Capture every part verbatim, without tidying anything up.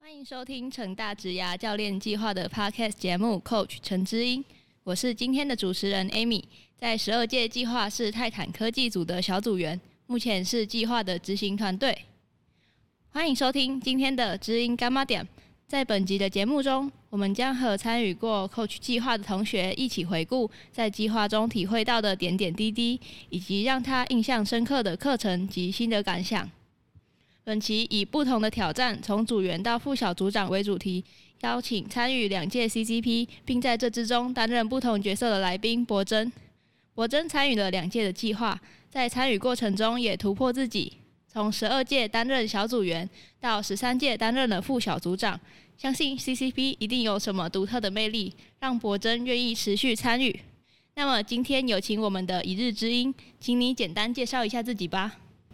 欢迎收听成大职涯教练计划的 Podcast 节目 Coach 陈之英，我是今天的主持人 Amy， 在十二届计划是泰坦科技组的小组员，目前是计划的执行团队。欢迎收听今天的知音干妈点。在本集的节目中，我们将和参与过 Coach 计划的同学一起回顾在计划中体会到的点点滴滴，以及让他印象深刻的课程及心得感想。本期以不同的挑战，从组员到副小组长为主题，邀请参与两届 C C P， 并在这之中担任不同角色的来宾博珍。博珍参与了两届的计划，在参与过程中也突破自己，从十二届担任小组员，到十三届担任了副小组长。相信 C C P 一定有什么独特的魅力，让博珍愿意持续参与。那么今天有请我们的一日之音，请你简单介绍一下自己吧。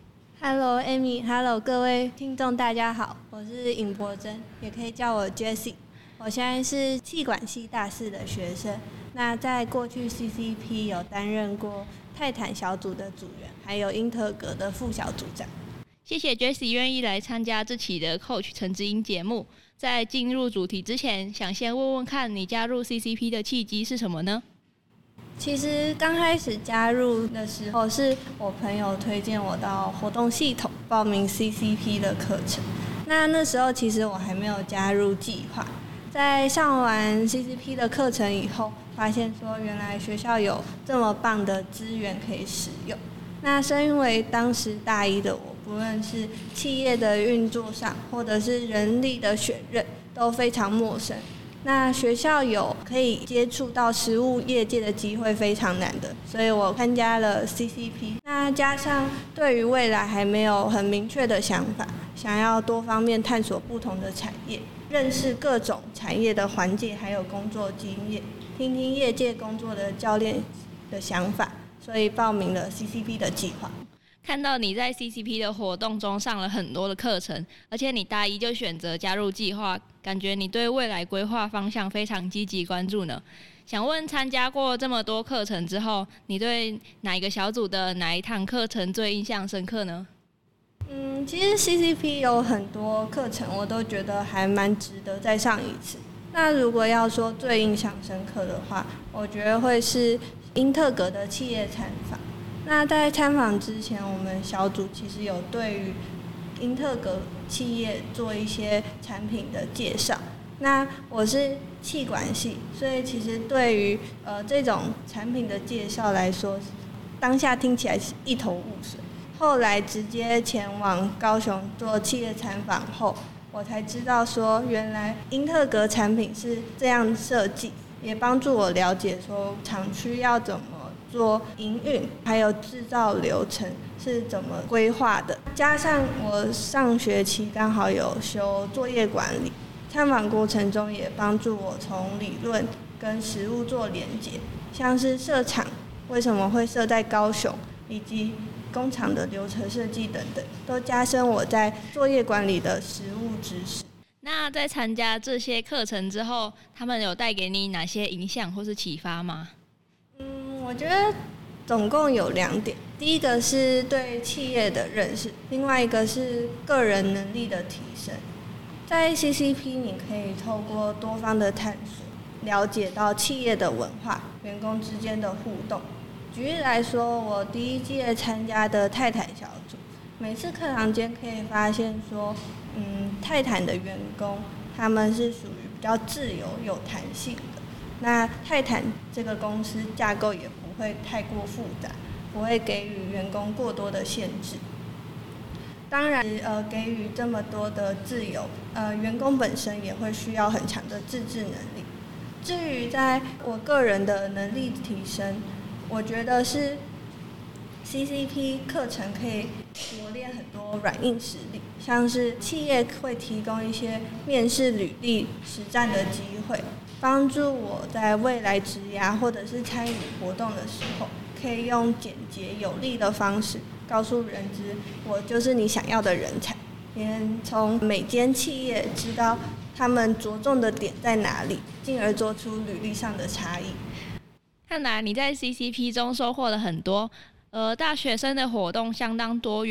Hello Amy，Hello 各位听众大家好，我是尹博珍，也可以叫我 Jessie。我现在是企管系大四的学生，那在过去 C C P 有担任过泰坦小组的组员，还有英特格的副小组长。 谢谢 Jessie 愿意来参加这期的 Coach 陈之英节目。在进入主题之前，想先问问看你加入 C C P 的契机是什么呢？ 其实刚开始加入的时候，是我朋友推荐我到活动系统报名 C C P 的课程。那那时候其实我还没有加入计划，在上完 C C P 的课程以后，发现说原来学校有这么棒的资源可以使用。那身为当时大一的我，不论是企业的运作上，或者是人力的选任，都非常陌生。那学校有可以接触到实务业界的机会非常难的，所以我参加了 C C P。那加上对于未来还没有很明确的想法，想要多方面探索不同的产业，认识各种产业的环境还有工作经验，听听业界工作的教练的想法，所以报名了 C C P 的计划。 看到你在 C C P 的活动中上了很多的课程，而且你大一就选择加入计划，感觉你对未来规划方向非常积极关注呢。想问参加过这么多课程之后，你对哪一个小组的哪一堂课程最印象深刻呢？ 嗯，其实 C C P 有很多课程我都觉得还蛮值得再上一次。那如果要说最印象深刻的话，我觉得会是英特格的企业参访。那在参访之前，我们小组其实有对于英特格企业做一些产品的介绍。那我是企管系，所以其实对于呃这种产品的介绍来说，当下听起来是一头雾水。后来直接前往高雄做企业参访后，我才知道说原来英特格产品是这样设计，也帮助我了解说厂区要怎么做营运，还有制造流程是怎么规划的。加上我上学期刚好有修作业管理，参访过程中也帮助我从理论跟实务做连结，像是设厂为什么会设在高雄，以及工厂的流程设计等等，都加深我在作业管理的实务知识。 那在参加这些课程之后，他们有带给你哪些影响或是启发吗？ 嗯，我觉得总共有两点，第一个是对企业的认识，另外一个是个人能力的提升。在 C C P 你可以透过多方的探索，了解到企业的文化、员工之间的互动。举例来说，我第一届参加的泰坦小组，每次课堂间可以发现说，嗯，泰坦的员工他们是属于比较自由、有弹性的。那泰坦这个公司架构也不会太过复杂，不会给予员工过多的限制。当然，呃，给予这么多的自由，呃，员工本身也会需要很强的自制能力。至于在我个人的能力提升，我觉得是 C C P 课程可以磨练很多软硬实力，像是企业会提供一些面试履历实战的机会，帮助我在未来职涯或者是参与活动的时候，可以用简洁有力的方式告诉人资，我就是你想要的人才。也从每间企业知道他们着重的点在哪里，进而做出履历上的差异。 看来你在 C C P 中收获了很多，呃，大学生的活动相当多元。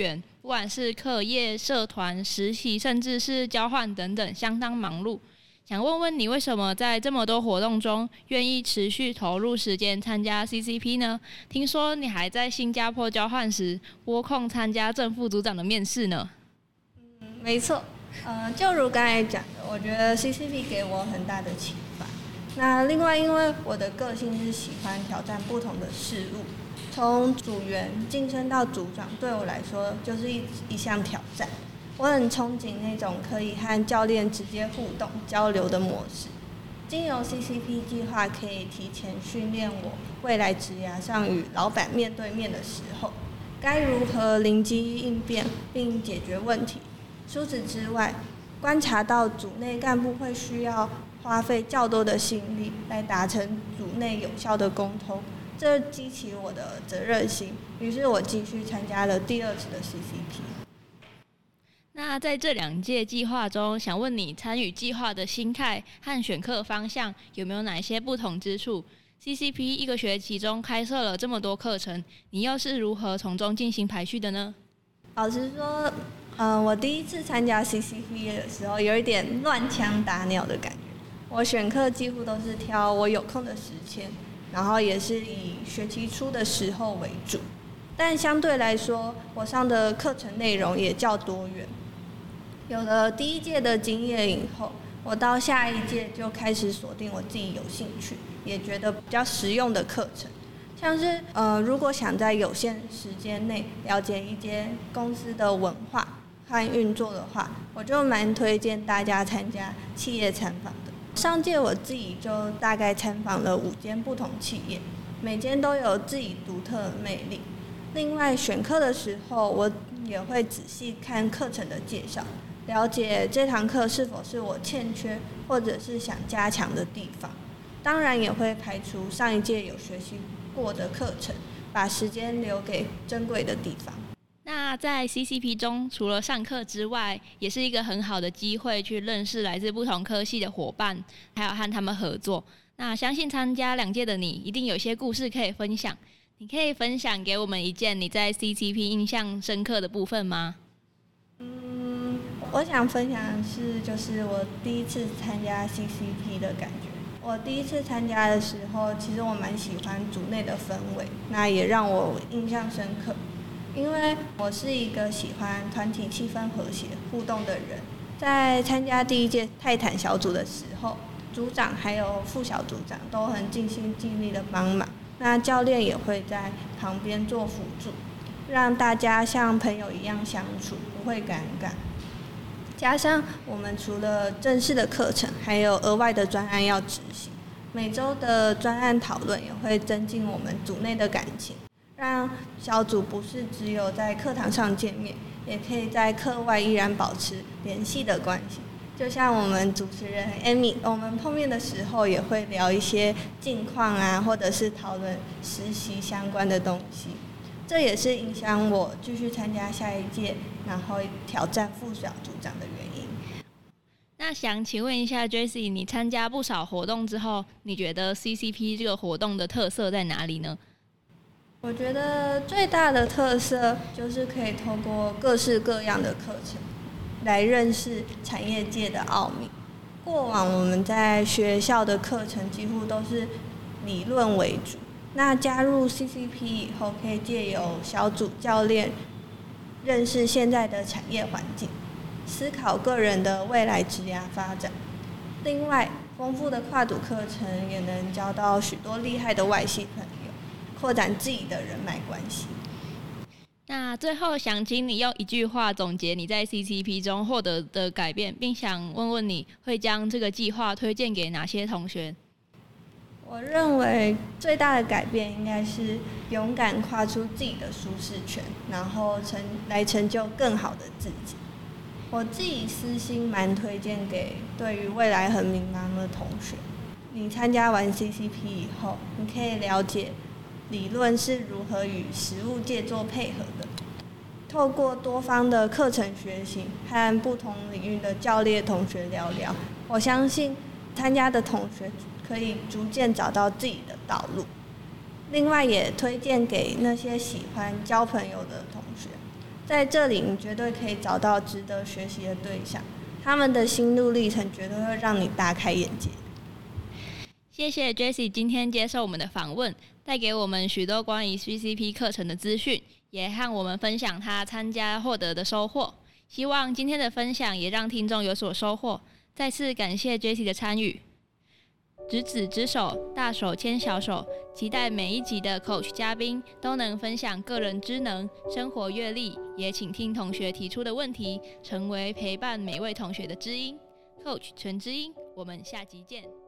不管是课业、社团、实习，甚至是交换等等，相当忙碌。想问问你，为什么在这么多活动中，愿意持续投入时间参加 C C P 呢？听说你还在新加坡交换时，拨空参加正副组长的面试呢。 嗯，没错。呃，就如刚才讲的，我觉得 C C P 给我很大的启发。那另外，因为我的个性是喜欢挑战不同的事物，从组员晋升到组长，对我来说就是一一项挑战。我很憧憬那种可以和教练直接互动交流的模式。经由 C C P 计划，可以提前训练我未来职涯上与老板面对面的时候，该如何灵机应变并解决问题。除此之外，观察到组内干部会需要花费较多的心力来达成组内有效的沟通，这激起我的责任心。于是我继续参加了第二次的 C C P。 那在这两届计划中，想问你参与计划的心态和选课方向有没有哪些不同之处 ？C C P 一个学期中开设了这么多课程，你又是如何从中进行排序的呢？ 老实说，呃，我第一次参加 C C P 的时候，有一点乱枪打鸟的感觉。我选课几乎都是挑我有空的时间，然后也是以学期初的时候为主。但相对来说，我上的课程内容也较多元。有了第一届的经验以后，我到下一届就开始锁定我自己有兴趣，也觉得比较实用的课程。像是呃，如果想在有限时间内了解一间公司的文化和运作的话，我就蛮推荐大家参加企业参访的。上届我自己就大概参访了五间不同企业，每间都有自己独特的魅力。另外选课的时候，我也会仔细看课程的介绍，了解这堂课是否是我欠缺或者是想加强的地方。当然也会排除上一届有学习过的课程，把时间留给珍贵的地方。 那在 C C P 中，除了上课之外，也是一个很好的机会去认识来自不同科系的伙伴，还有和他们合作。那相信参加两届的你，一定有些故事可以分享。你可以分享给我们一件你在 C C P 印象深刻的部分吗？ 嗯，我想分享的是，就是我第一次参加 C C P 的感觉。我第一次参加的时候，其实我蛮喜欢组内的氛围，那也让我印象深刻。因为我是一个喜欢团体气氛和谐、互动的人。在参加第一届泰坦小组的时候，组长还有副小组长都很尽心尽力的帮忙。那教练也会在旁边做辅助，让大家像朋友一样相处，不会尴尬。加上我们除了正式的课程，还有额外的专案要执行，每周的专案讨论也会增进我们组内的感情，让小组不是只有在课堂上见面，也可以在课外依然保持联系的关系。就像我们主持人 Amy， 我们碰面的时候也会聊一些近况啊，或者是讨论实习相关的东西。这也是影响我继续参加下一届，然后挑战副小组长的原因。 那想请问一下 Jessie， 你参加不少活动之后，你觉得 C C P 这个活动的特色在哪里呢？ 我觉得最大的特色就是可以透过各式各样的课程来认识产业界的奥秘。过往我们在学校的课程几乎都是理论为主，那加入 C C P 以后，可以借由小组教练认识现在的产业环境，思考个人的未来职涯发展。另外，丰富的跨组课程也能交到许多厉害的外系朋友，扩展自己的人脉关系。 那最后想请你用一句话总结你在 C C P 中获得的改变，并想问问你会将这个计划推荐给哪些同学？ 我认为最大的改变应该是勇敢跨出自己的舒适圈，然后成来成就更好的自己。我自己私心蛮推荐给对于未来很迷茫的同学，你参加完 C C P 以后，你可以了解理论是如何与实务界做配合的。透过多方的课程学习和不同领域的教练同学聊聊，我相信参加的同学可以逐渐找到自己的道路。另外也推荐给那些喜欢交朋友的同学， 在这里你绝对可以找到值得学习的对象，他们的心路历程绝对会让你大开眼界。 谢谢 Jessie 今天接受我们的访问，带给我们许多关于 C C P 课程的资讯，也和我们分享他参加获得的收获。希望今天的分享也让听众有所收获。再次感谢 Jessie 的参与。执子之手，大手牵小手，期待每一集的 Coach 嘉宾都能分享个人知能、生活阅历，也倾听同学提出的问题，成为陪伴每位同学的知音。Coach 陈知音，我们下集见。